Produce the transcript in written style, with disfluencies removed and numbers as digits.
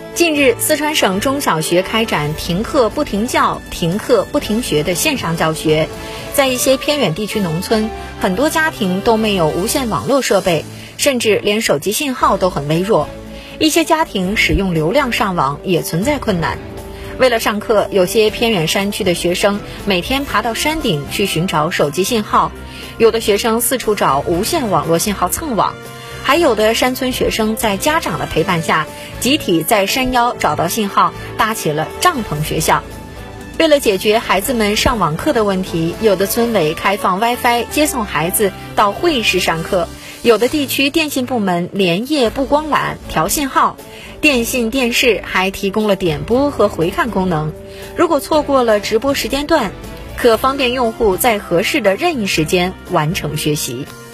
近日，四川省中小学开展停课不停教、停课不停学的线上教学。在一些偏远地区农村，很多家庭都没有无线网络设备，甚至连手机信号都很微弱。一些家庭使用流量上网也存在困难。为了上课，有些偏远山区的学生每天爬到山顶去寻找手机信号，有的学生四处找无线网络信号蹭网，还有的山村学生在家长的陪伴下，集体在山腰找到信号，搭起了帐篷学校。为了解决孩子们上网课的问题，有的村委开放 WiFi 接送孩子到会议室上课，有的地区电信部门连夜布光缆调信号，电信电视还提供了点播和回看功能。如果错过了直播时间段，可方便用户在合适的任意时间完成学习。